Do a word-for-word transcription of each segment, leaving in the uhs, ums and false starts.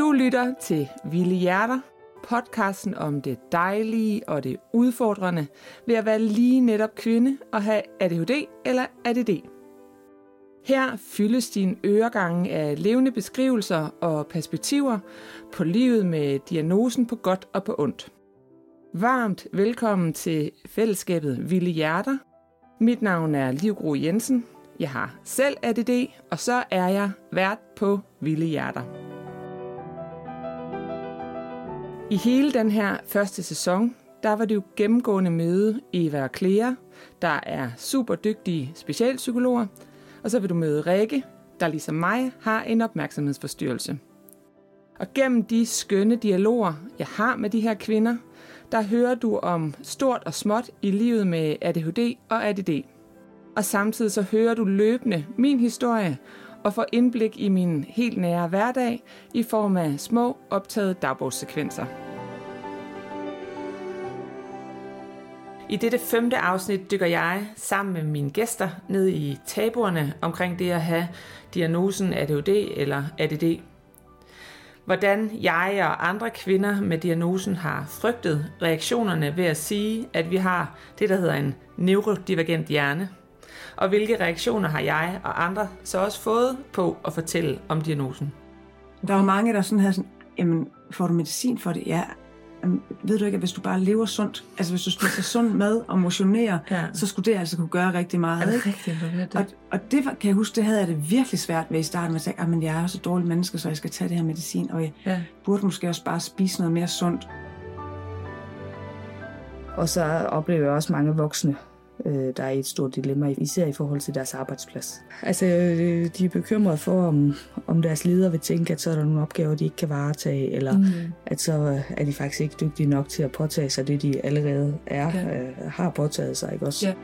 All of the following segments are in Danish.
Du lytter til Vilde Hjerter, podcasten om det dejlige og det udfordrende ved at være lige netop kvinde og have A D H D eller A D D. Her fyldes din øregange af levende beskrivelser og perspektiver på livet med diagnosen på godt og på ondt. Varmt velkommen til fællesskabet Vilde Hjerter. Mit navn er Liv Gro Jensen. Jeg har selv A D D, og så er jeg vært på Vilde Hjerter. I hele den her første sæson, der var det jo gennemgående møde Eva og Clea, der er super dygtige specialpsykologer, og så vil du møde Rikke, der ligesom mig har en opmærksomhedsforstyrrelse. Og gennem de skønne dialoger, jeg har med de her kvinder, der hører du om stort og småt i livet med A D H D og A D D. Og samtidig så hører du løbende min historie og får indblik i min helt nære hverdag i form af små optagede dagbogssekvenser. I dette femte afsnit dykker jeg sammen med mine gæster ned i tabuerne omkring det at have diagnosen A D H D eller A D D. Hvordan jeg og andre kvinder med diagnosen har frygtet reaktionerne ved at sige, at vi har det, der hedder en neurodivergent hjerne. Og hvilke reaktioner har jeg og andre så også fået på at fortælle om diagnosen? Der var mange, der sådan havde sådan, jamen, får du medicin for det? Ja. Jamen, ved du ikke, at hvis du bare lever sundt, altså hvis du spiser sund mad og motionerer, ja. Så skulle det altså kunne gøre rigtig meget. Er det rigtigt? Det? Og, og det kan jeg huske, det havde jeg det virkelig svært ved i starten. Jeg sagde, at jeg er også et dårligt menneske, så jeg skal tage det her medicin, og jeg ja. burde måske også bare spise noget mere sundt. Og så oplever jeg også mange voksne, der er et stort dilemma, især i forhold til deres arbejdsplads. Altså, de er bekymrede for, om, om deres ledere vil tænke, at så er der nogle opgaver, de ikke kan varetage, eller mm. at så er de faktisk ikke dygtige nok til at påtage sig det, de allerede er, ja. øh, har påtaget sig, ikke også? Ja.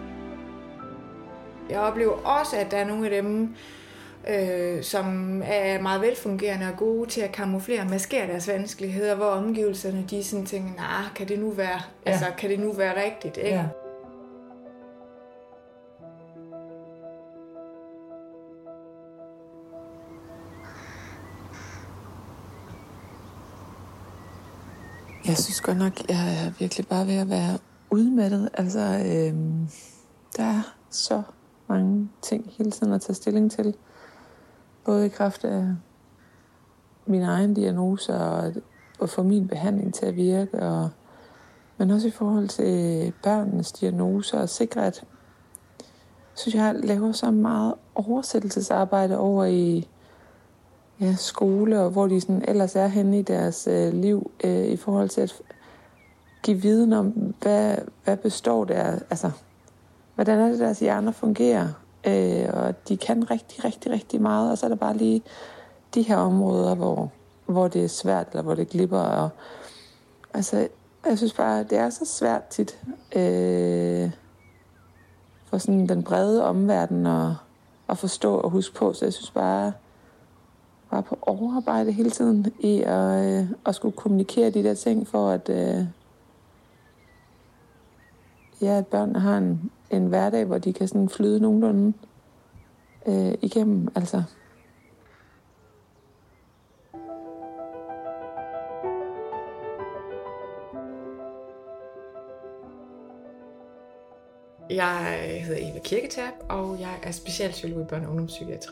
Jeg oplever også, at der er nogle af dem, øh, som er meget velfungerende og gode til at kamuflere og maskere deres vanskeligheder, hvor omgivelserne, de sådan tænker, nej, kan det nu være, ja. altså, kan det nu være rigtigt, ikke? Ja. Jeg synes godt nok, jeg er virkelig bare ved at være udmattet. Altså, øhm, der er så mange ting hele tiden at tage stilling til. Både i kraft af min egen diagnose og at få min behandling til at virke. Og, men også i forhold til børnenes diagnoser og sikre, at jeg synes, jeg laver så meget oversættelsesarbejde over i ja, skole, og hvor de sådan ellers er henne i deres øh, liv, øh, i forhold til at give viden om, hvad, hvad består der, altså, hvordan er det, deres hjerner fungerer, øh, og de kan rigtig, rigtig, rigtig meget, og så er der bare lige de her områder, hvor, hvor det er svært, eller hvor det glipper, og altså, jeg synes bare, det er så svært tit, øh, for sådan den brede omverden at, at forstå og huske på, så jeg synes bare, bare på overarbejde hele tiden i at, øh, at skulle kommunikere de der ting, for at, øh, ja, at børnene har en, en hverdag, hvor de kan sådan flyde nogenlunde øh, igennem. Altså. Jeg hedder Eva Kirketab, og jeg er specialpsykolog i børne- og ungdomspsykiatri.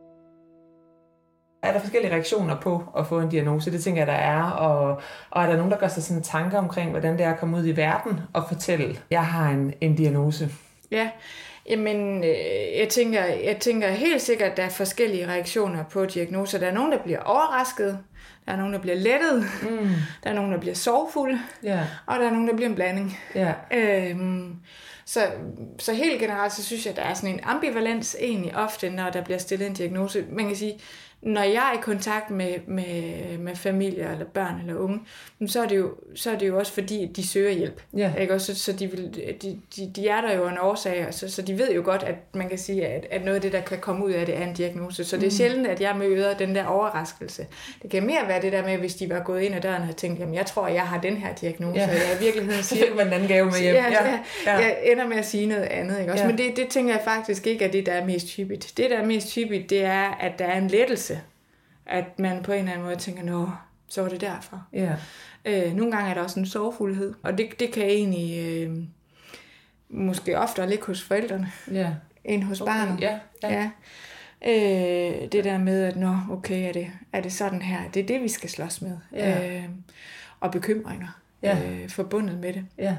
Er der forskellige reaktioner på at få en diagnose? Det tænker jeg, der er. Og, og er der nogen, der gør sig sådan tanker omkring, hvordan det er at komme ud i verden og fortælle, jeg har en, en diagnose? Ja, jamen, øh, jeg, tænker, jeg tænker helt sikkert, at der er forskellige reaktioner på diagnoser. Der er nogen, der bliver overrasket. Der er nogen, der bliver lettet. Mm. Der er nogen, der bliver sorgfulde. Yeah. Og der er nogen, der bliver en blanding. Yeah. Øhm, så, så helt generelt, så synes jeg, at der er sådan en ambivalens egentlig ofte, når der bliver stillet en diagnose. Man kan sige, når jeg er i kontakt med, med, med familier eller børn eller unge, så er det jo, så er det jo også fordi, de søger hjælp. Yeah. Ikke? Også, så så de, vil, de, de, de er der jo en årsag, så, så de ved jo godt, at man kan sige, at, at noget af det, der kan komme ud af det, er en diagnose. Så det er mm. sjældent, at jeg møder den der overraskelse. Det kan mere være det der med, hvis de var gået ind ad døren og tænkt, jamen jeg tror, jeg har den her diagnose, yeah. og jeg i virkeligheden siger, så en anden gave med hjem. Ja, ja, ja. Jeg ender med at sige noget andet. Ikke? Også, ja. Men det, det tænker jeg faktisk ikke er det, der er mest hyppigt. Det, der er mest hyppigt, det er, at der er en lettelse. at man på en eller anden måde tænker, nå, så var det derfor. Ja. Øh, nogle gange er der også en sorgfuldhed, og det, det kan egentlig øh, måske oftere ligge hos forældrene, ja. end hos okay. barnet. Ja. Ja. Ja. Øh, det der med, at nå, okay, er det, er det sådan her? Det er det, vi skal slås med. Ja. Øh, og bekymringer ja. øh, forbundet med det. Ja.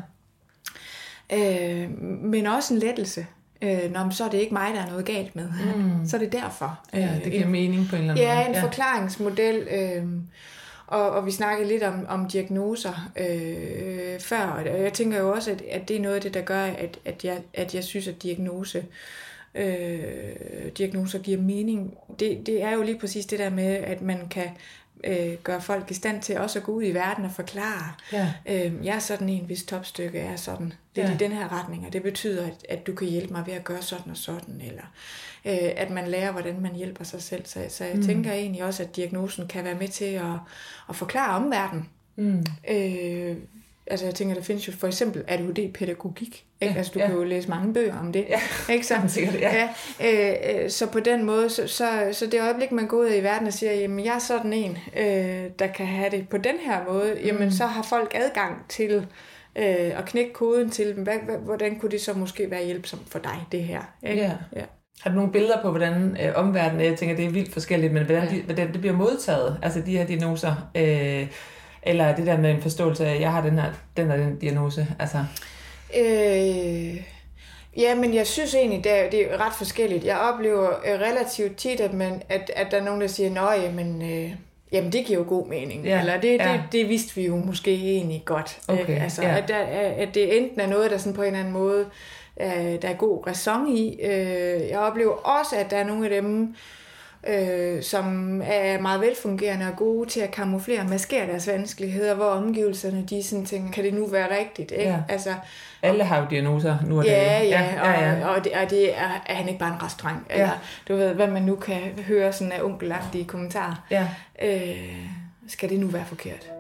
Øh, men også en lettelse. Øh, nå, så er det ikke mig, der er noget galt med. Mm. Så er det derfor. Ja, det giver en, mening på en eller anden ja, måde. En ja, en forklaringsmodel. Øh, og, og vi snakkede lidt om, om diagnoser øh, før, og jeg tænker jo også, at, at det er noget af det, der gør, at, at, jeg, at jeg synes, at diagnose, øh, diagnoser giver mening. Det, det er jo lige præcis det der med, at man kan øh, gøre folk i stand til også at gå ud i verden og forklare. Ja. Øh, jeg er sådan en, hvis topstykke er sådan lidt ja. i den her retning, og det betyder, at, at du kan hjælpe mig ved at gøre sådan og sådan, eller øh, at man lærer, hvordan man hjælper sig selv. Så, så jeg mm. tænker egentlig også, at diagnosen kan være med til at, at forklare omverdenen. Mm. Øh, altså jeg tænker, der findes jo for eksempel A D H D-pædagogik. Ja, altså du ja. kan jo læse mange bøger om det. Ja, ikke så? Sikkert, ja. Ja, øh, så på den måde, så, så, så det øjeblik, man går ud i verden og siger, jamen jeg er sådan en, øh, der kan have det på den her måde, mm. jamen så har folk adgang til øh, at knække koden til, hvad, hvordan kunne det så måske være hjælpsomt for dig, det her? Ikke? Ja. Ja. Har du nogle billeder på, hvordan øh, omverdenen, jeg tænker, det er vildt forskelligt, men hvordan, ja. de, hvordan det bliver modtaget, altså de her diagnoser, øh, eller det der med en forståelse af, at jeg har den her, den og den diagnose, altså... Øh, ja, men jeg synes egentlig, det er, det er ret forskelligt. Jeg oplever relativt tit, at, man, at, at der er nogen, der siger, nå, jamen, øh, jamen det giver jo god mening. Ja, eller det, ja. det, det vidste vi jo måske egentlig godt. Okay, altså, ja. at, der, at det enten er noget, der sådan på en eller anden måde, øh, der er god ræson i. Øh, jeg oplever også, at der er nogle af dem, Øh, som er meget velfungerende og gode til at kamuflere og maskere deres vanskeligheder, hvor omgivelserne, de sådan tænker, kan det nu være rigtigt? Ikke? Ja. Altså, alle har jo diagnoser nu og ja, ja, ja, ja, ja. Og, og, det, og det er, er han ikke bare en restdreng? Eller, ja. du ved, hvad man nu kan høre sådan af onkelagtige kommentarer. Ja. Øh, skal det nu være forkert?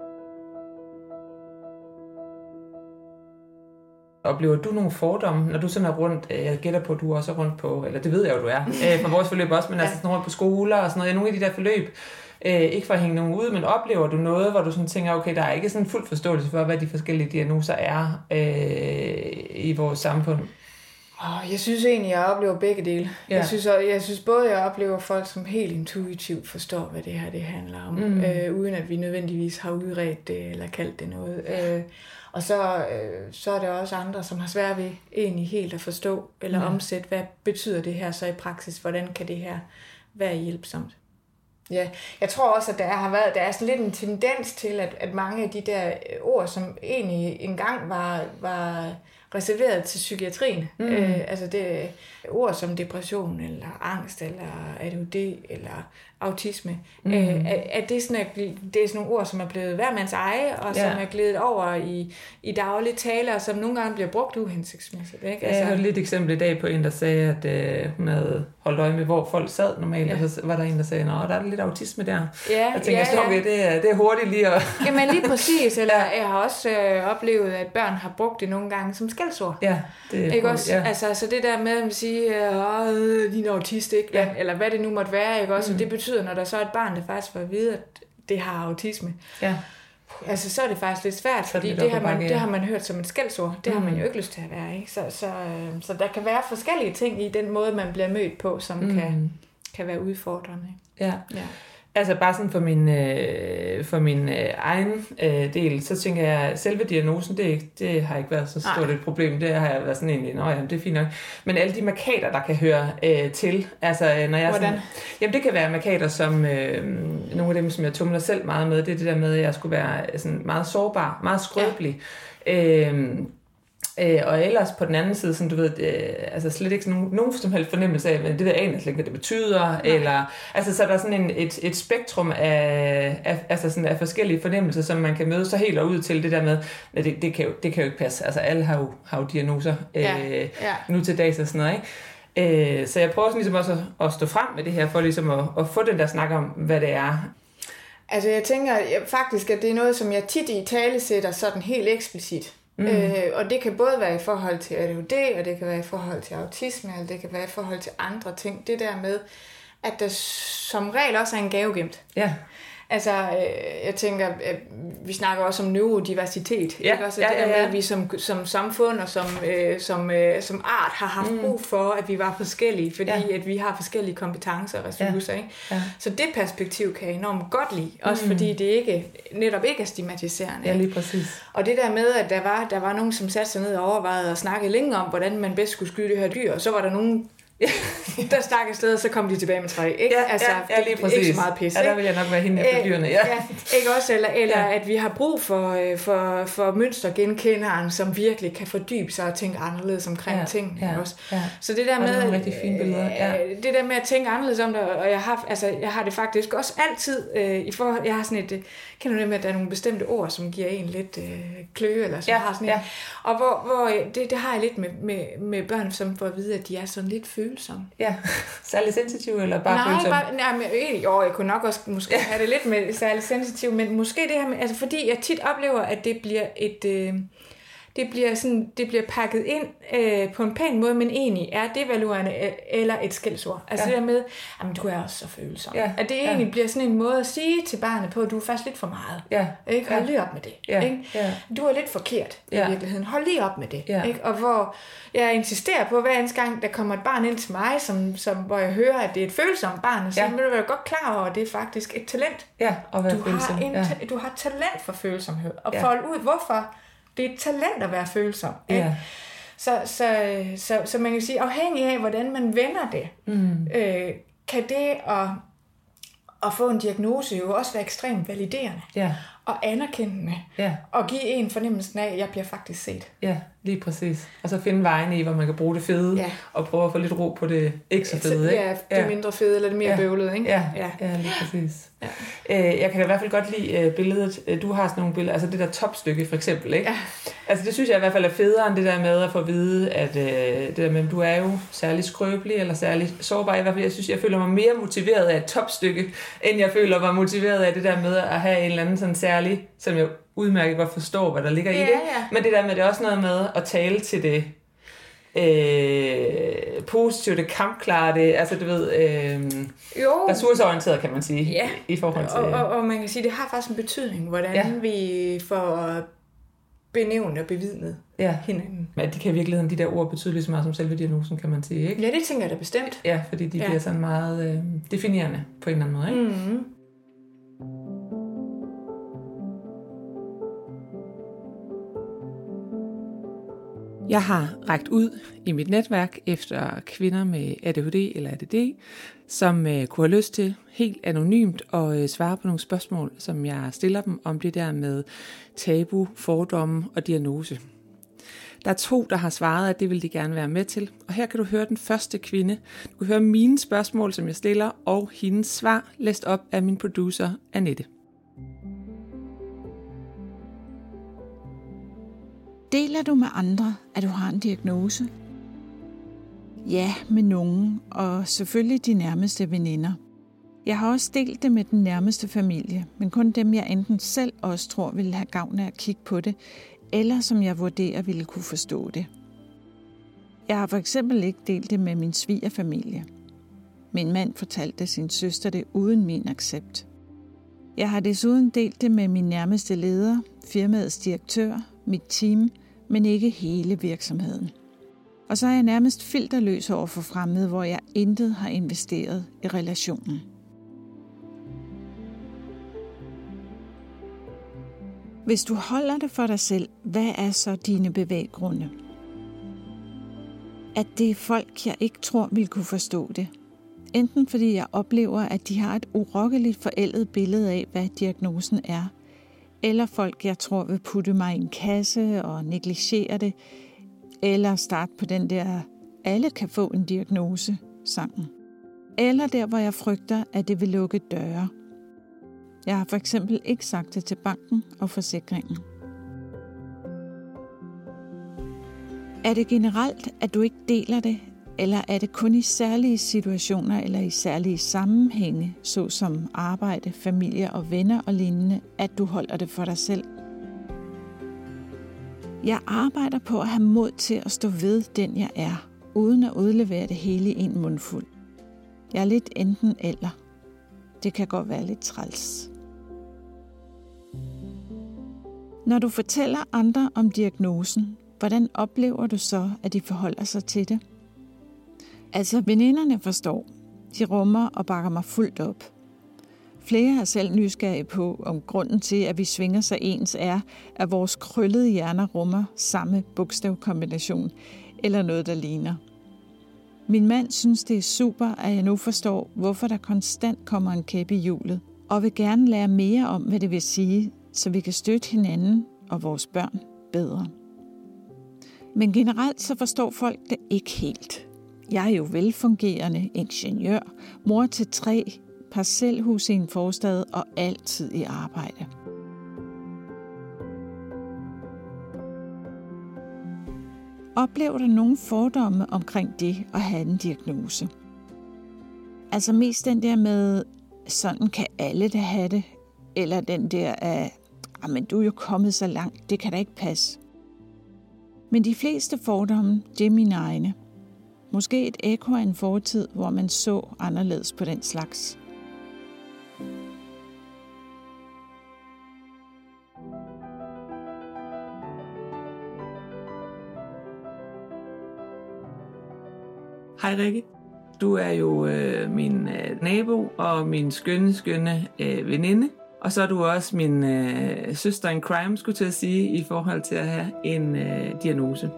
Oplever du nogle fordomme, når du sådan er rundt, jeg gætter på, at du også er rundt på, eller det ved jeg jo, du er, fra vores forløb også, men ja. altså sådan rundt på skoler og sådan noget, nogle af de der forløb, øh, ikke for at hænge nogen ud, men oplever du noget, hvor du sådan tænker, okay, der er ikke sådan fuld forståelse for, hvad de forskellige diagnoser er øh, i vores samfund? Oh, jeg synes egentlig, jeg oplever begge dele. Ja. Jeg, synes, jeg synes både, jeg oplever folk, som helt intuitivt forstår, hvad det her det handler om, mm. øh, uden at vi nødvendigvis har udredt det eller kaldt det noget. Øh, og så, øh, så er der også andre, som har svært ved egentlig helt at forstå eller mm. omsætte, hvad betyder det her så i praksis? Hvordan kan det her være hjælpsomt? Ja, jeg tror også, at der har været, der er sådan lidt en tendens til, at, at mange af de der ord, som egentlig engang var, var reserveret til psykiatrien, mm. øh, altså det ord som depression, eller angst, eller A D H D, eller autisme, mm. øh, at det er, sådan, at det er sådan nogle ord, som er blevet hver mands eje, og som ja. er glædet over i, i daglige taler, og som nogle gange bliver brugt uhensigtsmæssigt. Ikke? Altså, jeg hørte lidt eksempel i dag på en, der sagde, at øh, hun havde holdt øje med, hvor folk sad normalt, ja. og så var der en, der sagde, nå, der er lidt autisme der. Ja, jeg tænker, ja, ja. Okay, det, er, det er hurtigt lige at... Jamen lige præcis, eller jeg har også øh, oplevet, at børn har brugt det nogle gange som skældsord. Ja, det er ikke også? Ja. Altså, så det der med at sige, åh, din autist, ikke? Ja. Eller hvad det nu måtte være, ikke også? Mm. Det betyder, når der så er et barn, der faktisk får at vide, at det har autisme. Ja. Altså, så er det faktisk lidt svært, fordi det, det, har, man, det har man hørt som et skældsord. Det mm. har man jo ikke lyst til at være, ikke? Så, så, øh, så der kan være forskellige ting i den måde, man bliver mødt på, som mm. kan, kan være udfordrende. Ja. ja. Altså bare sådan for min, øh, for min øh, egen øh, del, så tænker jeg, at selve diagnosen, det, ikke, det har ikke været så stort Ej. et problem. Det har jeg været sådan egentlig, nå ja, det er fint nok. Men alle de markader, der kan høre øh, til, altså når jeg Hvordan? Sådan, jamen det kan være markader som, øh, nogle af dem, som jeg tumler selv meget med, det er det der med, at jeg skulle være sådan meget sårbar, meget skrøbelig. Ja. Øh, Øh, og ellers på den anden side, sådan, du ved, øh, altså slet ikke sådan nogen, nogen som helst fornemmelse af, men det der aner slet ikke, hvad det betyder, Nej. eller, altså så er der sådan en, et, et spektrum af, af, altså sådan af forskellige fornemmelser, som man kan møde sig helt og ud til det der med, det, det, kan jo, det kan jo ikke passe, altså alle har jo, har jo diagnoser øh, ja. Ja. nu til dags og sådan noget, ikke? Øh, så jeg prøver sådan ligesom også at, at stå frem med det her, for ligesom at, at få den der snak om, hvad det er. Altså jeg tænker jeg, faktisk, at det er noget, som jeg tit i tale sætter sådan helt eksplicit. Mm. Øh, og det kan både være i forhold til A D H D, og det kan være i forhold til autisme, eller det kan være i forhold til andre ting. Det der med, at der som regel også er en gave gemt. Ja. Altså, øh, jeg tænker, øh, vi snakker også om neurodiversitet. Ja, ikke? Også ja, det der ja, ja. med, at vi som, som samfund og som, øh, som, øh, som art har haft mm. brug for, at vi var forskellige, fordi ja. at vi har forskellige kompetencer og ressourcer. Ja. Ikke? Ja. Så det perspektiv kan jeg enormt godt lide, også mm. fordi det ikke, netop ikke er stigmatiserende. Ja, lige præcis. Og det der med, at der var, der var nogen, som satte sig ned og overvejede og snakkede længe om, hvordan man bedst skulle skyde det her dyr, og så var der nogen, der stak afsted, så kom de tilbage med træ, ikke? Ja, altså, ja, ja, lige præcis. Ikke så meget pis, ja, der vil jeg nok være hende efter dyrene, ja. ja. Ikke også, eller, eller ja. at vi har brug for, for, for mønstergenkenderen, som virkelig kan fordybe sig og tænke anderledes omkring ja, ting. ja, også. Ja. Så det der og med, det er rigtig fine billeder. Ja. det der med at tænke anderledes om det, og jeg har, altså, jeg har det faktisk også altid, øh, i forhold, jeg har sådan et, kender du det med, at der er nogle bestemte ord, som giver en lidt øh, kløe, eller som ja, har sådan ja. et, og hvor, hvor det, det har jeg lidt med, med, med børn, som får at vide, at de er sådan lidt følsomme. Ja. Særlig sensitiv, eller bare nej, følsom? Bare, nej, men egentlig, jo, jeg kunne nok også måske have det lidt med særlig sensitiv, men måske det her med, altså fordi jeg tit oplever, at det bliver et, øh, det bliver sådan, det bliver pakket ind øh, på en pæn måde, men egentlig er devaluerende eller et skældsord. Altså ja. det der med, jamen du er også så følsom. Ja. At det egentlig ja. bliver sådan en måde at sige til barnet på, at du er faktisk lidt for meget. Ja. Ikke? Hold ja. lige op med det. Ja. Ikke? Ja. Du er lidt forkert ja. i virkeligheden. Hold lige op med det. Ja. Ikke? Og hvor jeg insisterer på, hver eneste gang, der kommer et barn ind til mig, som, som, hvor jeg hører, at det er et følsomt barn, så ja. vil du være godt klar over, at det er faktisk et talent. Ja, at være du, følsom. har en, ja. du har talent for følsomhed. Og ja. folde ud, hvorfor det er et talent at være følsom. Ja. Så, så, så, så man kan sige, afhængig af, hvordan man vender det, mm. øh, kan det at, at få en diagnose jo også være ekstremt validerende. Ja. Og anerkendende. Ja. Og give en fornemmelsen af, at jeg bliver faktisk set. Ja, lige præcis. Og så finde vejen i, hvor man kan bruge det fede, ja. og prøve at få lidt ro på det ikke så fede. Ikke? Ja, det ja. mindre fede, eller det mere ja. bøvlede. Ikke? Ja. Ja. ja, lige præcis. Ja. Øh, jeg kan da i hvert fald godt lide billedet. Du har sådan nogle billeder, altså det der topstykke for eksempel. Ikke? Ja. Altså det synes jeg i hvert fald er federe end det der med at få at vide, at øh, det der med, at du er jo særlig skrøbelig eller særlig sårbar. I hvert fald, jeg synes, jeg føler mig mere motiveret af et topstykke, end jeg føler mig motiveret af det der med at have en eller anden sådan særlig, som jeg udmærket godt forstår, hvad der ligger ja, i det. Ja. Men det der med, det er også noget med at tale til det øh, positivt, det kampklare, det, altså du ved, øh, ressourceorienteret, kan man sige, ja. i forhold til... Og, og, og man kan sige, det har faktisk en betydning, hvordan ja. vi får benævnt og bevidnet ja. hinanden. Men de kan i virkeligheden, de der ord betyde lige så meget som selve diagnosen, kan man sige, ikke? Ja, det tænker jeg da bestemt. Ja, fordi de ja. bliver sådan meget øh, definerende på en eller anden måde, ikke? Mm-hmm. Jeg har rækt ud i mit netværk efter kvinder med A D H D eller A D D, som øh, kunne have lyst til helt anonymt at øh, svare på nogle spørgsmål, som jeg stiller dem om det der med tabu, fordomme og diagnose. Der er to, der har svaret, at det vil de gerne være med til, og her kan du høre den første kvinde. Du kan høre mine spørgsmål, som jeg stiller, og hendes svar læst op af min producer, Annette. Deler du med andre, at du har en diagnose? Ja, med nogen, og selvfølgelig de nærmeste veninder. Jeg har også delt det med den nærmeste familie, men kun dem, jeg enten selv også tror ville have gavn af at kigge på det, eller som jeg vurderer ville kunne forstå det. Jeg har for eksempel ikke delt det med min svigerfamilie. Min mand fortalte sin søster det uden min accept. Jeg har desuden delt det med min nærmeste leder, firmaets direktør, mit team, men ikke hele virksomheden. Og så er jeg nærmest filterløs over for fremmede, hvor jeg intet har investeret i relationen. Hvis du holder det for dig selv, hvad er så dine bevæggrunde? At det er folk, jeg ikke tror vil kunne forstå det. Enten fordi jeg oplever, at de har et urokkeligt forældet billede af, hvad diagnosen er, eller folk, jeg tror vil putte mig i en kasse og negligere det, eller starte på den der, alle kan få en diagnose sangen. Eller der, hvor jeg frygter, at det vil lukke døre. Jeg har for eksempel ikke sagt det til banken og forsikringen. Er det generelt, at du ikke deler det, eller er det kun i særlige situationer eller i særlige sammenhænge, såsom arbejde, familie og venner og lignende, at du holder det for dig selv? Jeg arbejder på at have mod til at stå ved den, jeg er, uden at udlevere det hele i en mundfuld. Jeg er lidt enten eller. Det kan godt være lidt træls. Når du fortæller andre om diagnosen, hvordan oplever du så, at de forholder sig til det? Altså, veninderne forstår. De rummer og bakker mig fuldt op. Flere er selv nysgerrige på, om grunden til, at vi svinger sig ens er, at vores krøllede hjerner rummer samme bogstavkombination, eller noget, der ligner. Min mand synes, det er super, at jeg nu forstår, hvorfor der konstant kommer en kæp i hjulet, og vil gerne lære mere om, hvad det vil sige, så vi kan støtte hinanden og vores børn bedre. Men generelt så forstår folk det ikke helt. Jeg er jo velfungerende ingeniør, mor til tre, parcelhus i en forstad og altid i arbejde. Oplever du nogle fordomme omkring det at have en diagnose? Altså mest den der med, sådan kan alle da have det, eller den der af, men du er jo kommet så langt, det kan da ikke passe. Men de fleste fordomme, det er mine egne. Måske et ekko af en fortid, hvor man så anderledes på den slags. Hej Rikke. Du er jo øh, min øh, nabo og min skønne, skønne øh, veninde. Og så er du også min øh, søster in crime, skulle til at sige, i forhold til at have en øh, diagnose.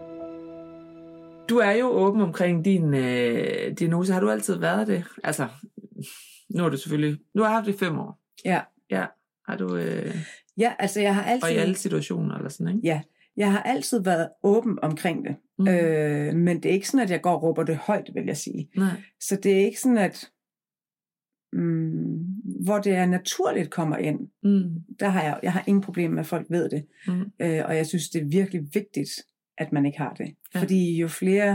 Du er jo åben omkring din øh, diagnose. Har du altid været det? Altså, nu er du selvfølgelig... Nu har jeg haft det i fem år. Ja. Ja. Har du... Øh, ja, altså jeg har altid... Og i alle situationer, eller sådan, ikke? Ja. Jeg har altid været åben omkring det. Mm. Øh, men det er ikke sådan, at jeg går og råber det højt, vil jeg sige. Nej. Så det er ikke sådan, at... Mm, hvor det er naturligt kommer ind, mm. der har jeg, jeg har ingen problem med, at folk ved det. Mm. Øh, og jeg synes, det er virkelig vigtigt, at man ikke har det. Ja. Fordi jo flere,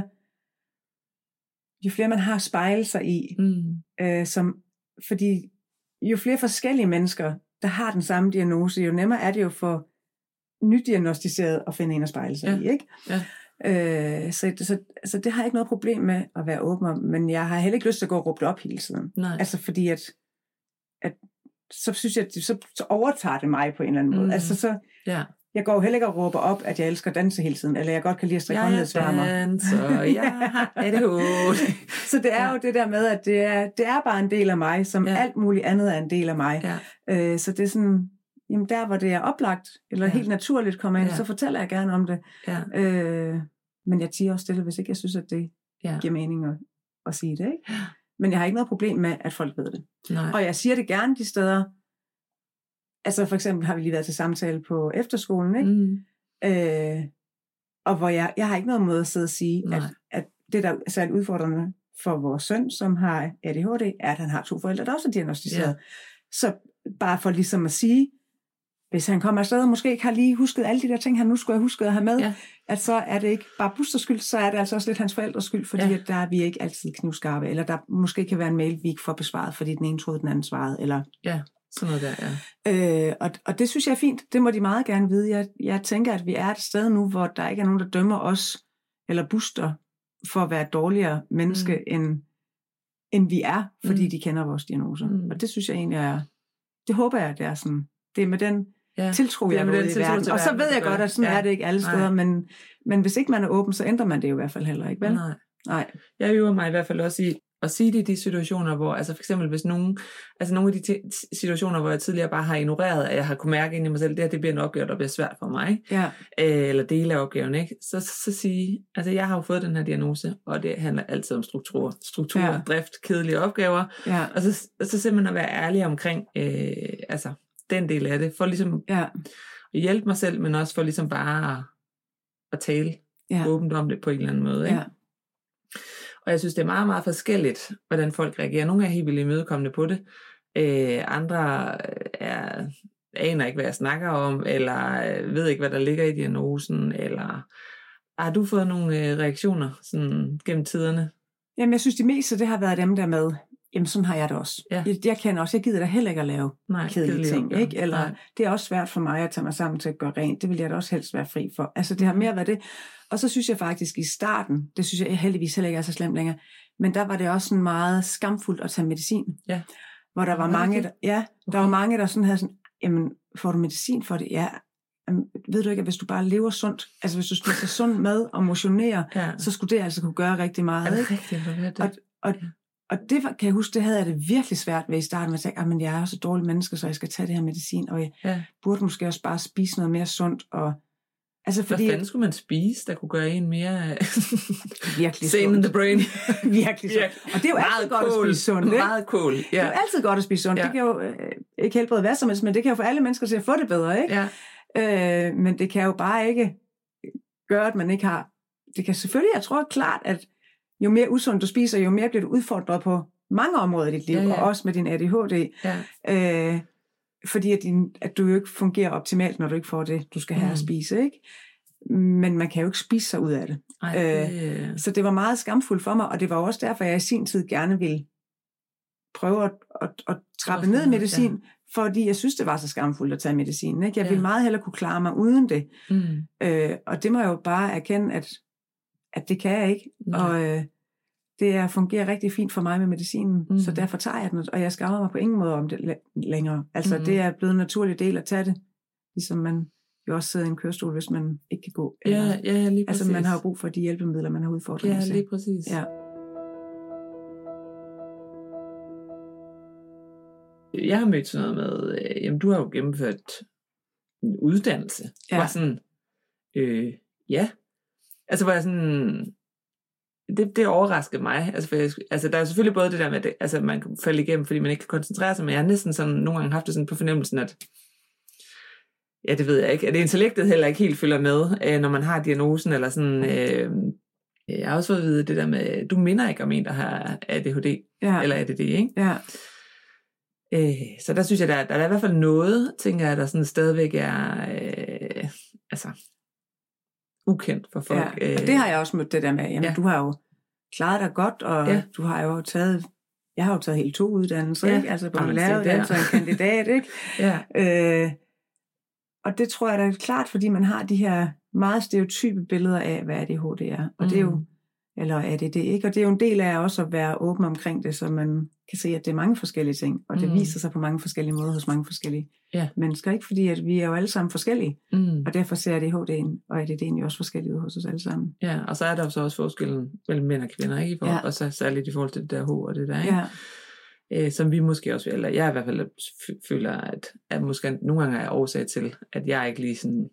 jo flere man har spejlet sig i, mm. øh, som, fordi jo flere forskellige mennesker, der har den samme diagnose, jo nemmere er det jo for nydiagnostiseret at finde en at spejle sig ja. i, ikke? Ja. Øh, så, så, så det har jeg ikke noget problem med at være åben om, men jeg har heller ikke lyst til at gå og råbe det op hele tiden. Nej. Altså fordi at, at så synes jeg, at så, så overtager det mig på en eller anden måde. Mm. Altså så, ja. Jeg går heller ikke og råber op, at jeg elsker at danse hele tiden, eller jeg godt kan lide at strikke håndledsvarmer. Jeg danser, jeg har A D H D. Så det er ja. jo det der med, at det er, det er bare en del af mig, som ja. alt muligt andet er en del af mig. Ja. Øh, så det er sådan... Jamen der, hvor det er oplagt, eller ja. helt naturligt kommer ind, ja. så fortæller jeg gerne om det. Ja. Øh, men jeg tiger også stille, hvis ikke jeg synes, at det ja. giver mening at, at sige det. Ikke? Men jeg har ikke noget problem med, at folk ved det. Nej. Og jeg siger det gerne de steder. Altså for eksempel har vi lige været til samtale på efterskolen, ikke? Mm. Øh, og hvor jeg, jeg har ikke noget måde at sidde og sige, at, at det, der er særligt udfordrende for vores søn, som har A D H D, er, at han har to forældre, der også er diagnosticeret. Ja. Så bare for ligesom at sige, hvis han kommer afsted og måske ikke har lige husket alle de der ting, han nu skulle have husket at have med, ja. at så er det ikke bare Busters skyld, så er det altså også lidt hans forældres skyld, fordi ja. at der er vi ikke altid knivskarpe, eller der måske kan være en mail, vi ikke får besvaret, fordi den ene troede, den anden svarede, eller... Ja, sådan noget der, ja. Øh, og, og det synes jeg er fint, det må de meget gerne vide. Jeg, jeg tænker, at vi er et sted nu, hvor der ikke er nogen, der dømmer os, eller Buster, for at være et dårligere menneske, mm. end, end vi er, fordi mm. de kender vores diagnoser. Mm. Og det synes jeg egentlig er... Det håber jeg, at det er sådan... Det er med den... Ja, tiltro jeg med i verden. Og så ved jeg godt, at sådan ja. er det ikke alle steder, men, men hvis ikke man er åben, så ændrer man det jo i hvert fald heller ikke, vel? Nej. Nej. Jeg øver mig i hvert fald også i at sige det i de situationer, hvor, altså for eksempel hvis nogen, altså nogle af de t- situationer, hvor jeg tidligere bare har ignoreret, at jeg har kunne mærke ind i mig selv, det her, det bliver en opgave, der bliver svært for mig, ja. øh, eller dele af opgaven, ikke? Så, så, så sige, altså jeg har jo fået den her diagnose, og det handler altid om struktur, struktur, ja. drift, kedelige opgaver, ja. og så, så simpelthen at være ærlig omkring, øh, altså den del af det, for ligesom ja. at hjælpe mig selv, men også for ligesom bare at, at tale ja. åbent om det på en eller anden måde. Ikke? Ja. Og jeg synes, det er meget, meget forskelligt, hvordan folk reagerer. Nogle er helt vildt imødekommende på det. Øh, andre er, aner ikke, hvad jeg snakker om, eller ved ikke, hvad der ligger i diagnosen, eller har du fået nogle reaktioner sådan, gennem tiderne? Jamen, jeg synes, de meste, det har været dem der med, jamen sådan har jeg det også. Ja. Jeg, jeg kan også, jeg gider da heller ikke at lave Nej, kedelige ting, ja. ikke? Eller Nej. det er også svært for mig at tage mig sammen til at gøre rent. Det vil jeg da også helst være fri for. Altså det har mere været det. Og så synes jeg faktisk i starten, det synes jeg heldigvis heller ikke er så slemt længere, men der var det også sådan meget skamfuldt at tage medicin. Ja. Hvor der var mange, der, ja, der var mange, der sådan havde sådan, jamen, får du medicin for det? Ja. Jamen, ved du ikke, at hvis du bare lever sundt, altså hvis du spiser sund mad og motionerer, ja. så skulle det altså kunne gøre rigtig meget. Er det ikke? rigtigt? Det? Og, og, og det var, kan jeg huske, det havde jeg det virkelig svært ved i starten, med at tænke, men jeg er så dårlig menneske, så jeg skal tage det her medicin, og jeg ja. burde måske også bare spise noget mere sundt. Og, altså, fordi, hvad fanden skulle man spise, der kunne gøre en mere virkelig sane in the brain? Virkelig sundt. Og det er jo meget altid godt cool. at spise sundt. Ikke? Meget cool. Ja. Det er jo altid godt at spise sundt. Ja. Det kan jo øh, ikke helbrede hvad som helst, men det kan jo få alle mennesker til at få det bedre. Ikke? Ja. Øh, men det kan jo bare ikke gøre, at man ikke har... Det kan selvfølgelig, jeg tror klart, at jo mere usundt du spiser, jo mere bliver du udfordret på mange områder i dit liv, ja, ja. Og også med din A D H D. Ja. Øh, fordi at, din, at du jo ikke fungerer optimalt, når du ikke får det, du skal have mm. at spise. Ikke? Men man kan jo ikke spise sig ud af det. Ej, det... Øh, så det var meget skamfuldt for mig, og det var også derfor, jeg i sin tid gerne ville prøve at, at, at trappe ned i medicin, ja. Fordi jeg synes, det var så skamfuldt at tage medicin. Ikke? Jeg ja. ville meget hellere kunne klare mig uden det. Mm. Øh, og det må jeg jo bare erkende, at, at det kan jeg ikke. Nej. Og øh, det er, fungerer rigtig fint for mig med medicinen, mm. så derfor tager jeg den, og jeg skammer mig på ingen måde om det længere. Altså, mm. det er blevet en naturlig del at tage det, ligesom man jo også sidder i en kørestol, hvis man ikke kan gå. Ja, ja, lige præcis. Altså, man har jo brug for de hjælpemidler, man har udfordringer til. Ja, lige præcis. Ja. Jeg har mødt sådan noget med, øh, jamen du har jo gennemført en uddannelse. Ja. Var sådan, øh, ja. Altså var jeg sådan, det, det overraskede mig. Altså, for jeg, altså der er selvfølgelig både det der med, at altså, man kan falde igennem, fordi man ikke kan koncentrere sig, men jeg har næsten sådan nogle gange haft det sådan på fornemmelsen, at ja, det ved jeg ikke, at intellektet heller ikke helt følger med, øh, når man har diagnosen, eller sådan, øh, jeg har også fået at vide det der med, du minder ikke om en, der har A D H D, ja. Eller A D D, ikke? Ja. Øh, så der synes jeg, der, der er i hvert fald noget, tænker jeg, der sådan stadigvæk er øh, altså ukendt for folk. Ja, og det har jeg også mødt det der med, jamen ja. Du har jo klaret dig godt, og ja. Du har jo taget, jeg har jo taget helt to uddannelser, ja. Ikke? Altså både en læreruddannelse og en kandidat, ikke? Ja. Øh, og det tror jeg da er klart, fordi man har de her meget stereotype billeder af, hvad A D H D er, og mm. det er jo, eller A D D, ikke? Og det er jo en del af også at være åben omkring det, så man kan se, at det er mange forskellige ting, og det mm. viser sig på mange forskellige måder hos mange forskellige yeah. mennesker, ikke? Fordi at vi er jo alle sammen forskellige, mm. og derfor ser A D H D'en og A D D'en jo også forskellige ud hos os alle sammen. Ja, og så er der jo så også forskellen mellem mænd og kvinder, ikke? I forhold, ja. Og så særligt i forhold til det der H og det der, ikke? Ja. Æ, som vi måske også, eller jeg i hvert fald føler, at, at måske nogle gange er årsag til, at jeg ikke lige sådan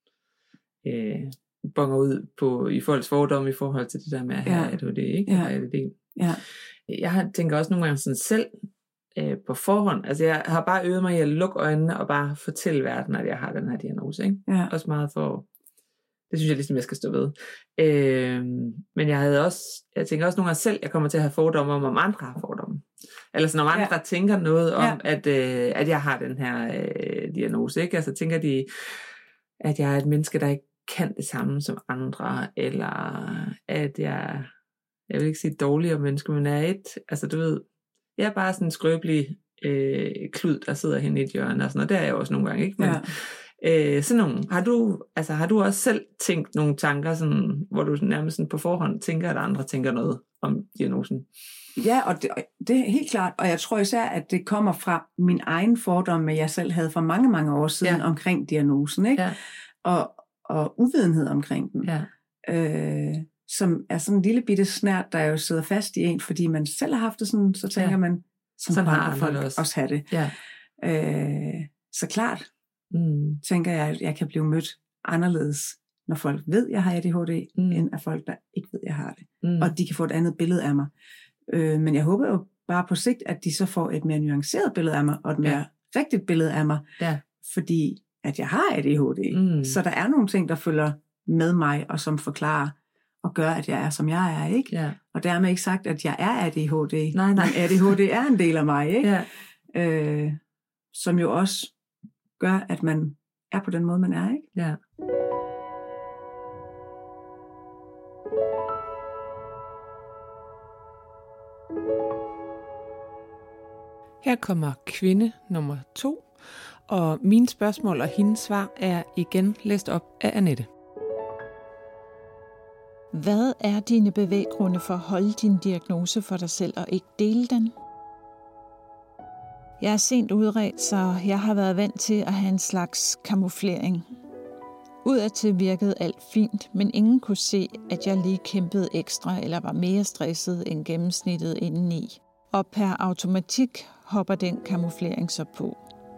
øh, bonger ud på, i folks fordomme i forhold til det der med at have ja. A D H D, ikke? Ja. A D D. Ja. Jeg tænker også nogle gange sådan selv øh, på forhånd, altså jeg har bare øvet mig i at lukke øjnene og bare fortælle verden, at jeg har den her diagnose, ikke? Ja. Også meget for, det synes jeg ligesom, jeg skal stå ved. Øh, men jeg havde også, jeg tænker også nogle gange selv, jeg kommer til at have fordomme om, om andre har fordomme. Eller sådan, om andre ja. Tænker noget om, ja. at, øh, at jeg har den her øh, diagnose, ikke? Altså tænker de, at jeg er et menneske, der ikke kan det samme som andre, eller at jeg, jeg vil ikke sige dårligere menneske, men er et, altså du ved, jeg er bare sådan en skrøbelig øh, klud, der sidder hen i et hjørne, og sådan, og det er jeg også nogle gange, ikke? Men, ja. øh, sådan nogle, har du, altså har du også selv tænkt nogle tanker, sådan, hvor du nærmest sådan på forhånd tænker, at andre tænker noget om diagnosen? Ja, og det, det er helt klart, og jeg tror især, at det kommer fra min egen fordomme, jeg selv havde for mange, mange år siden ja. Omkring diagnosen, ikke? Ja. Og, og uvidenhed omkring den. Ja. Øh, som er sådan en lille bitte snært, der jo sidder fast i en, fordi man selv har haft det sådan, så tænker ja. Man, som sådan har folk også. også have det. Ja. Øh, så klart, mm. tænker jeg, at jeg kan blive mødt anderledes, når folk ved, at jeg har A D H D, mm. end af folk, der ikke ved, at jeg har det. Mm. Og de kan få et andet billede af mig. Øh, men jeg håber jo bare på sigt, at de så får et mere nuanceret billede af mig, og et mere ja. Rigtigt billede af mig, ja. Fordi at jeg har A D H D. Mm. Så der er nogle ting, der følger med mig, og som forklarer, og gør, at jeg er, som jeg er, ikke? Ja. Og dermed ikke sagt, at jeg er A D H D. Nej, nej. Men A D H D er en del af mig, ikke? Ja. Øh, som jo også gør, at man er på den måde, man er, ikke? Ja. Her kommer kvinde nummer to, og mine spørgsmål og hendes svar er igen læst op af Annette. Hvad er dine bevæggrunde for at holde din diagnose for dig selv og ikke dele den? Jeg er sent udredt, så jeg har været vant til at have en slags kamuflering. Udadtil virkede alt fint, men ingen kunne se, at jeg lige kæmpede ekstra eller var mere stresset end gennemsnittet indeni. Og per automatik hopper den kamuflering så på.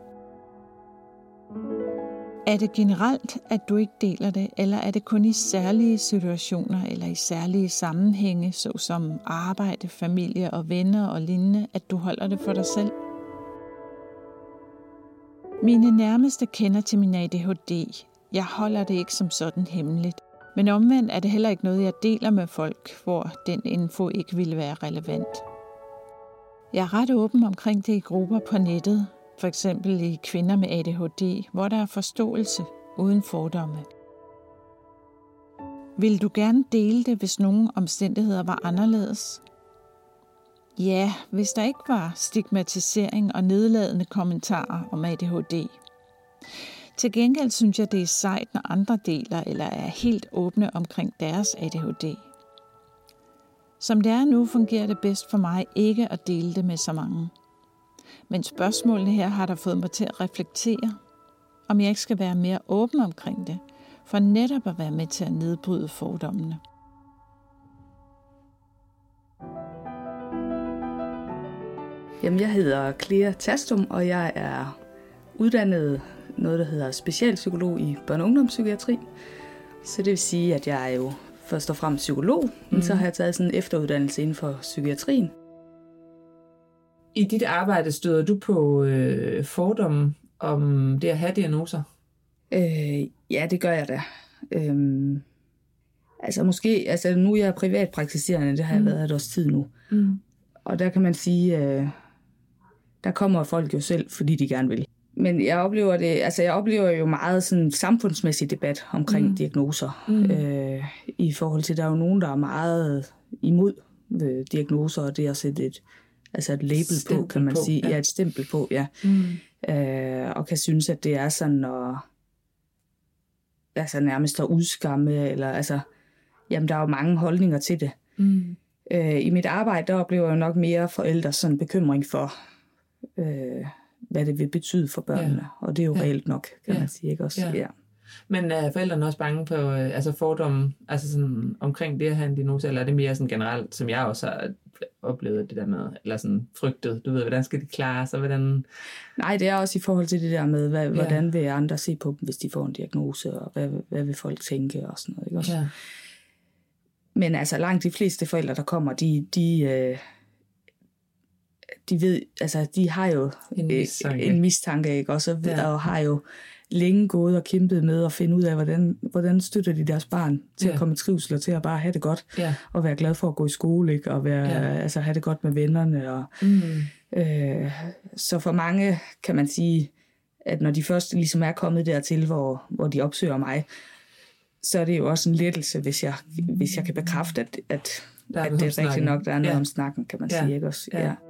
Er det generelt, at du ikke deler det, eller er det kun i særlige situationer eller i særlige sammenhænge, såsom arbejde, familie og venner og lignende, at du holder det for dig selv? Mine nærmeste kender til min A D H D. Jeg holder det ikke som sådan hemmeligt. Men omvendt er det heller ikke noget, jeg deler med folk, hvor den info ikke ville være relevant. Jeg er ret åben omkring det i grupper på nettet, for eksempel i Kvinder med A D H D, hvor der er forståelse uden fordomme. Vil du gerne dele det, hvis nogle omstændigheder var anderledes? Ja, hvis der ikke var stigmatisering og nedladende kommentarer om A D H D. Til gengæld synes jeg, det er sejt, når andre deler eller er helt åbne omkring deres A D H D. Som det er nu, fungerer det bedst for mig ikke at dele det med så mange. Men spørgsmålene her har der fået mig til at reflektere, om jeg ikke skal være mere åben omkring det, for netop at være med til at nedbryde fordommene. Jamen, jeg hedder Clea Tastum, og jeg er uddannet noget, der hedder specialpsykolog i børne- og ungdomspsykiatri. Så det vil sige, at jeg er jo først og fremmest psykolog, mm. men så har jeg taget sådan en efteruddannelse inden for psykiatrien. I dit arbejde støder du på øh, fordomme om det at have diagnoser? Øh, ja, det gør jeg da. Øhm, altså måske, altså nu er jeg privatpraktiserende, det har jeg mm. været et års tid nu. Mm. Og der kan man sige, øh, der kommer folk jo selv, fordi de gerne vil. Men jeg oplever det, altså jeg oplever jo meget sådan samfundsmæssig debat omkring mm. diagnoser. Mm. Øh, I forhold til, der er jo nogen, der er meget imod øh, diagnoser, og det at sætte et, altså et label stempel på, kan man på, sige. Ja. ja, et stempel på, ja. Mm. Øh, og kan synes, at det er sådan at, altså nærmest at udskamme, eller altså, jamen der er jo mange holdninger til det. Mm. Øh, I mit arbejde, der oplever jeg nok mere forældres sådan bekymring for, øh, hvad det vil betyde for børnene. Ja. Og det er jo ja. reelt nok, kan ja. man sige, ikke også? Ja. Ja. Men er forældrene også bange på øh, altså fordomme altså sådan, omkring det at have en diagnose, eller er det mere sådan generelt, som jeg også har oplevet det der med, eller sådan frygtet, du ved, hvordan skal de klare sig, hvordan... Nej, det er også i forhold til det der med, hvad, ja. hvordan vil andre se på dem, hvis de får en diagnose, og hvad, hvad vil folk tænke, og sådan noget, ikke også? Ja. Men altså langt de fleste forældre, der kommer, de, de, øh, de ved, altså de har jo en mistanke, en mistanke ikke? Også, ja. og har jo længe gået og kæmpet med at finde ud af, hvordan, hvordan støtter de deres barn til ja. at komme i trivsel og til at bare have det godt, ja. og være glad for at gå i skole, ikke? Og være, ja. altså, have det godt med vennerne. Og, mm. øh, så for mange kan man sige, at når de først ligesom er kommet dertil, hvor, hvor de opsøger mig, så er det jo også en lettelse, hvis jeg, hvis jeg kan bekræfte, at, at, at det er rigtigt nok, der er noget ja. om snakken, kan man ja. sige. Ikke også? Ja. Ja.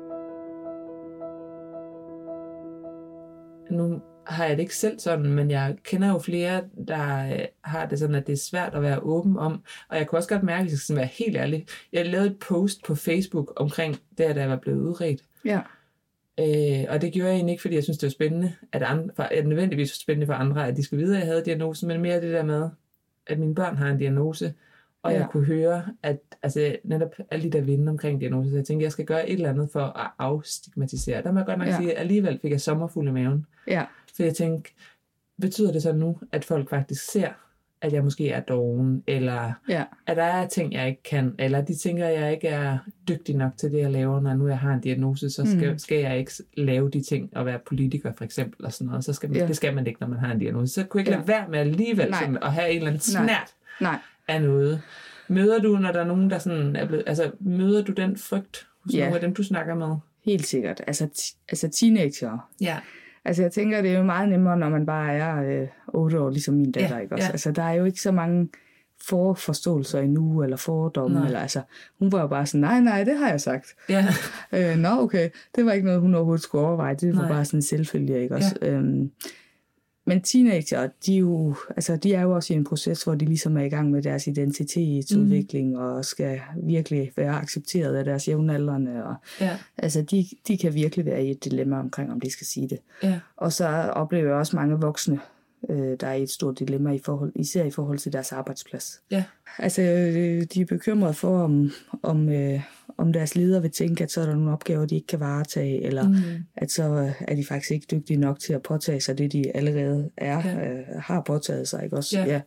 Nu har jeg det ikke selv sådan, men jeg kender jo flere, der har det sådan, at det er svært at være åben om. Og jeg kunne også godt mærke, hvis jeg skal være helt ærlig, jeg lavede et post på Facebook omkring det, da jeg var blevet udredt. Ja. Øh, og det gjorde jeg egentlig ikke, fordi jeg synes, det var spændende, at, andre, for, at nødvendigvis var spændende for andre, at de skulle vide, at jeg havde diagnosen, men mere det der med, at mine børn har en diagnose, og ja. jeg kunne høre, at altså, netop alle de der vinde omkring diagnoser, så jeg tænkte, jeg skal gøre et eller andet for at afstigmatisere. Der må jeg godt nok ja. sige, at alligevel fik jeg sommerfuld i maven. Ja. For jeg tænkte, betyder det så nu, at folk faktisk ser, at jeg måske er doven, eller ja. at der er ting, jeg ikke kan, eller de tænker, at jeg ikke er dygtig nok til det, jeg laver, når nu jeg har en diagnose, så skal, mm. skal jeg ikke lave de ting, og være politiker for eksempel, og sådan noget. Så skal man, ja. det skal man ikke, når man har en diagnose. Så kunne jeg ikke ja. lade være med alligevel sådan, at have en eller anden snært Nej. af noget. Møder du, når der er nogen, der sådan er blevet, altså møder du den frygt hos ja. nogle af dem, du snakker med? Helt sikkert. Altså, t- altså teenager. Ja. Altså jeg tænker, det er jo meget nemmere, når man bare er øh, otte år, ligesom min datter, ja, ikke også? Ja. Altså der er jo ikke så mange forforståelser endnu, eller fordomme, eller altså, hun var jo bare sådan, nej, nej, det har jeg sagt. Ja. øh, nå, okay, det var ikke noget, hun overhovedet skulle overveje, det var nej. bare sådan en selvfølge, ikke også? Ja. Øhm, men teenager, de er, jo, altså, de er jo også i en proces, hvor de ligesom er i gang med deres identitetsudvikling, mm. og skal virkelig være accepteret af deres jævnaldrende, og ja. altså, de, de kan virkelig være i et dilemma omkring, om de skal sige det. Ja. Og så oplever jeg også mange voksne, der er i et stort dilemma, i forhold, især i forhold til deres arbejdsplads. Ja. Altså, de er bekymrede for, om, om, øh, om deres ledere vil tænke, at så er der nogle opgaver, de ikke kan varetage, eller mm. at så er de faktisk ikke dygtige nok til at påtage sig det, de allerede er, ja. øh, har påtaget sig, ikke også? Ja. Ja.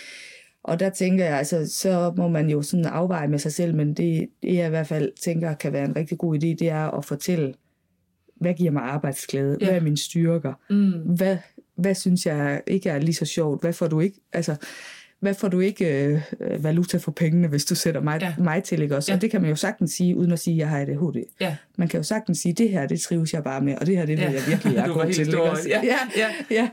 Og der tænker jeg, altså, så må man jo sådan afveje med sig selv, men det, det jeg i hvert fald tænker kan være en rigtig god idé, det er at fortælle, hvad giver mig arbejdsglæde? Ja. Hvad er mine styrker? Mm. Hvad Hvad synes jeg ikke er lige så sjovt? Hvad får du ikke, altså, hvad får du ikke øh, valuta for pengene, hvis du sætter mig, ja. mig til, ikke også? Ja. Og det kan man jo sagtens sige, uden at sige, at jeg har A D H D. Ja. Man kan jo sagtens sige, det her, det trives jeg bare med, og det her, det ved ja. jeg virkelig, jeg er god til. Ikke også? Ja, ja, ja.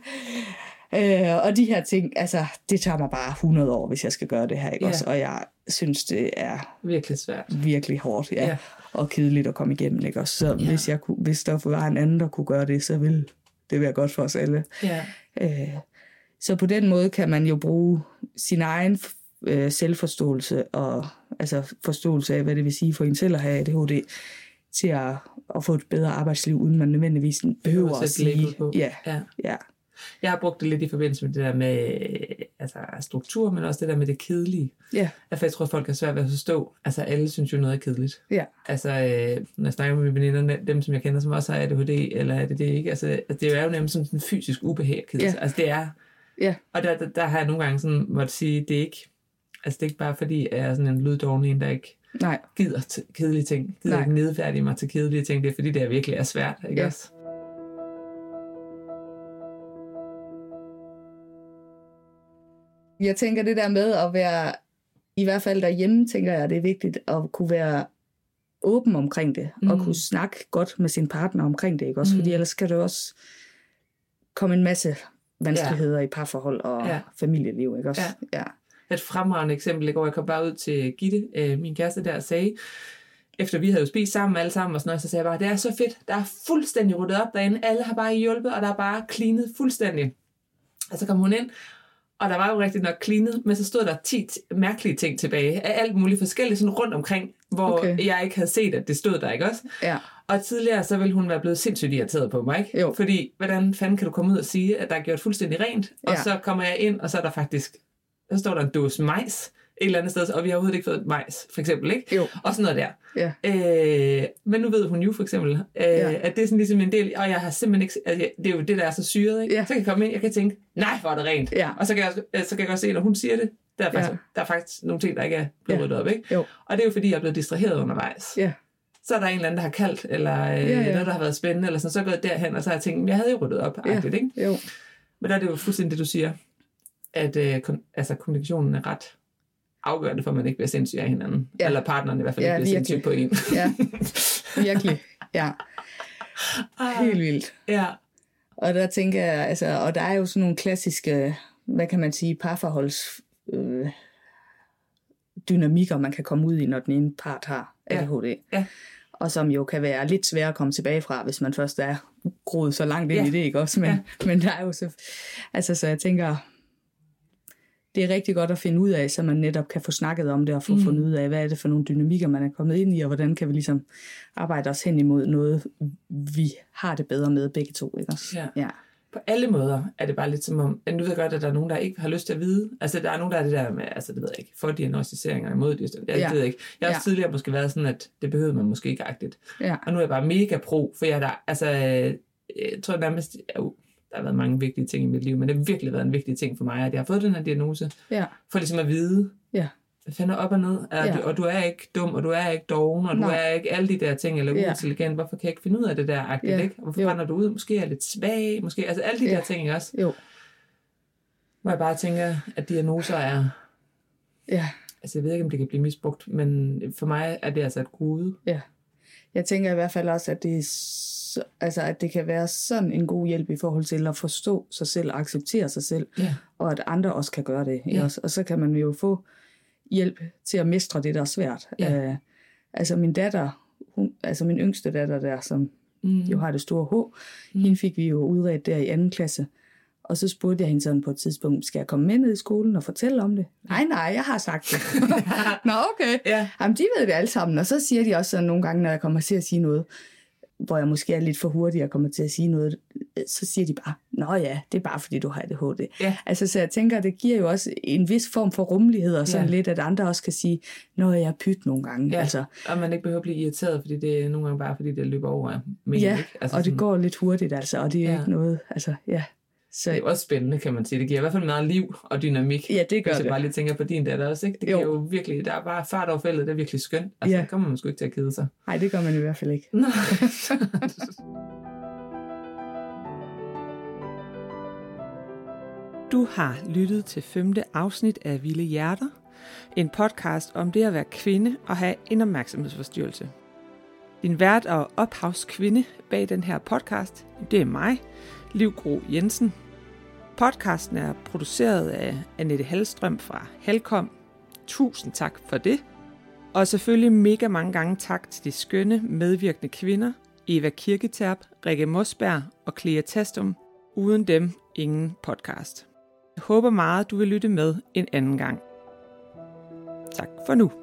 ja. Øh, og de her ting, altså, det tager mig bare hundrede år, hvis jeg skal gøre det her, ikke ja. også? Og jeg synes, det er virkelig svært. Virkelig hårdt, ja. ja. Og kedeligt at komme igennem, ikke også? Så ja. hvis, jeg kunne, hvis der var en anden, der kunne gøre det, så ville det være godt for os alle. Ja. Øh, så på den måde kan man jo bruge sin egen øh, selvforståelse og altså forståelse af, hvad det vil sige for en selv at have A D H D, til at, at få et bedre arbejdsliv, uden man nødvendigvis behøver at sige. Ja, ja. Ja. Jeg har brugt det lidt i forbindelse med det der med altså, struktur, men også det der med det kedelige. Ja. Jeg tror, at folk er svært ved at forstå. Altså, alle synes jo noget er kedeligt. Ja. Altså, øh, når jeg snakker med mine veninder, dem som jeg kender, som også har A D H D, eller er det det ikke? Altså, det er jo nærmest sådan en fysisk ubehag kedelse. Ja. Altså, det er... Ja. Og der, der, der har jeg nogle gange sådan måtte sige, det er ikke... Altså, det er ikke bare fordi, jeg er sådan en lyddoven en, der ikke Nej. gider t- kedelige ting. Gider Nej. ikke nedfærdige mig til kedelige ting. Det er fordi, det virkelig er svært, ikke ja. også? Jeg tænker det der med at være, i hvert fald derhjemme, tænker jeg, det er vigtigt at kunne være åben omkring det, mm. og kunne snakke godt med sin partner omkring det, ikke også? Mm. Fordi ellers kan det også komme en masse vanskeligheder ja. i parforhold og ja. familieliv, ikke også? Ja. Ja. Et fremragende eksempel i går, jeg kom bare ud til Gitte, øh, min kæreste der, og sagde, efter vi havde jo spist sammen alle sammen og sådan noget, så sagde jeg bare, det er så fedt, der er fuldstændig ryddet op derinde, alle har bare hjulpet, og der er bare cleanet fuldstændig. Og så kom hun ind, og der var jo rigtig nok cleanet, men så stod der ti mærkelige ting tilbage, af alt muligt forskelligt sådan rundt omkring, hvor okay. jeg ikke havde set, at det stod der, ikke også? Ja. Og tidligere, så ville hun være blevet sindssygt irriteret på mig, ikke? Jo. Fordi, hvordan fanden kan du komme ud og sige, at der er gjort fuldstændig rent, og ja. så kommer jeg ind, og så er der faktisk, så står der en dåse majs, et eller andet sted, og vi har overhovedet ikke fået majs, for eksempel, ikke? Jo. Og sådan noget der. Ja. Øh, men nu ved hun jo for eksempel, øh, ja. at det er sådan ligesom en del, og jeg har simpelthen ikke, altså, det er jo det, der er så syret, ikke? Ja. Så kan jeg komme ind, jeg kan tænke, nej, hvor er det rent. Ja. Og så kan, jeg, så kan jeg godt se, når hun siger det, der er faktisk, ja. der er faktisk nogle ting, der ikke er blevet ja. ryddet op, ikke? Jo. Og det er jo fordi, jeg er blevet distraheret undervejs. Ja. Så er der en eller anden, der har kaldt, eller øh, ja, ja. noget, der har været spændende, eller sådan, så er jeg gået derhen, og så har jeg tænkt, jeg havde jo ryddet op, ja. agtigt, ikke? Jo. Men der er det jo fuldstændig det, du siger, at øh, kon- altså, kommunikationen er ret afgørende for, at man ikke bliver sindssyg af hinanden. Ja. Eller partneren i hvert fald ja, ikke bliver sindssyg på en. Ja, virkelig. Ja. Helt vildt. Ja. Og der tænker jeg, altså, og der er jo sådan nogle klassiske, hvad kan man sige, parforholds øh, dynamikker, man kan komme ud i, når den ene part har A D H D. Ja. Ja. Og som jo kan være lidt svære at komme tilbage fra, hvis man først er groet så langt ind ja. i det, ikke også? Men, ja. men der er jo så... Altså, så jeg tænker... Det er rigtig godt at finde ud af, så man netop kan få snakket om det, og få mm. fundet ud af, hvad er det for nogle dynamikker, man er kommet ind i, og hvordan kan vi ligesom arbejde os hen imod noget, vi har det bedre med begge to. Ikke også? Ja. Ja. På alle måder er det bare lidt som om, at nu ved jeg godt, at der er nogen, der ikke har lyst til at vide. Altså, der er nogen, der er det der med, altså, det ved jeg ikke, for diagnostiseringer og imod diagnostiseringer. Jeg ja. ved ikke. Jeg har også ja. tidligere måske været sådan, at det behøvede man måske ikke agtigt. Ja. Og nu er jeg bare mega pro, for jeg er der, altså, jeg tror nærmest, uh, der har været mange vigtige ting i mit liv, men det har virkelig været en vigtig ting for mig, at jeg har fået den her diagnose, ja. for ligesom at vide, ja. hvad fanden er op og ned, og, ja. du, og du er ikke dum, og du er ikke doven, og Nej. du er ikke alle de der ting, eller ja. uintelligent, hvorfor kan jeg ikke finde ud af det der agtigt, ja. ikke? Og hvorfor brænder du ud, måske er jeg lidt svag, måske, altså alle de ja. der ting, ikke også? Jo. Hvor jeg bare tænker, at diagnoser er, ja. altså jeg ved ikke, om det kan blive misbrugt, men for mig er det altså et gode. Ja. jeg tænker i hvert fald også, at det, er så, altså, at det kan være sådan en god hjælp i forhold til at forstå sig selv og acceptere sig selv, ja. Og at andre også kan gøre det. Ja. Og så kan man jo få hjælp til at mestre det, der er svært. Ja. Uh, altså min datter, hun, altså min yngste datter der, som mm. jo har det store H, mm. hende fik vi jo udredt der i anden klasse. Og så spurgte jeg hende sådan på et tidspunkt, skal jeg komme med ned i skolen og fortælle om det? Nej, nej, jeg har sagt det. Nå, okay. Ja. Jamen, de ved det alle sammen. Og så siger de også sådan nogle gange, når jeg kommer til at sige noget, hvor jeg måske er lidt for hurtig og kommer til at sige noget, så siger de bare, nå ja, det er bare fordi, du har A D H D. Ja. Altså, så jeg tænker, det giver jo også en vis form for rummelighed, og sådan ja. Lidt, at andre også kan sige, nå, jeg er pyt nogle gange. Ja. Altså, og man ikke behøver at blive irriteret, fordi det er nogle gange bare, fordi det løber over. Men ja, ikke. Altså, og det sådan... går lidt hurtigt, altså, og det er ja. Ikke noget, altså, ja. Så det er også spændende, kan man sige. Det giver i hvert fald meget liv og dynamik. Ja, det gør Hvis det. jeg bare lige tænker på din datter også, ikke? Det giver jo. jo virkelig, der er bare fart over fældet, det er virkelig skønt. Altså, ja. Der kommer man sgu ikke til at kede sig. Nej, det gør man i hvert fald ikke. Nej. Du har lyttet til femte afsnit af Vilde Hjerter. En podcast om det at være kvinde og have en opmærksomhedsforstyrrelse. Din vært og ophavskvinde bag den her podcast, det er mig, Liv Gro Jensen. Podcasten er produceret af Annette Hallstrøm fra Halkom. Tusind tak for det. Og selvfølgelig mega mange gange tak til de skønne medvirkende kvinder, Eva Kirketerp, Rikke Mosberg og Clea Tastum. Uden dem ingen podcast. Jeg håber meget, du vil lytte med en anden gang. Tak for nu.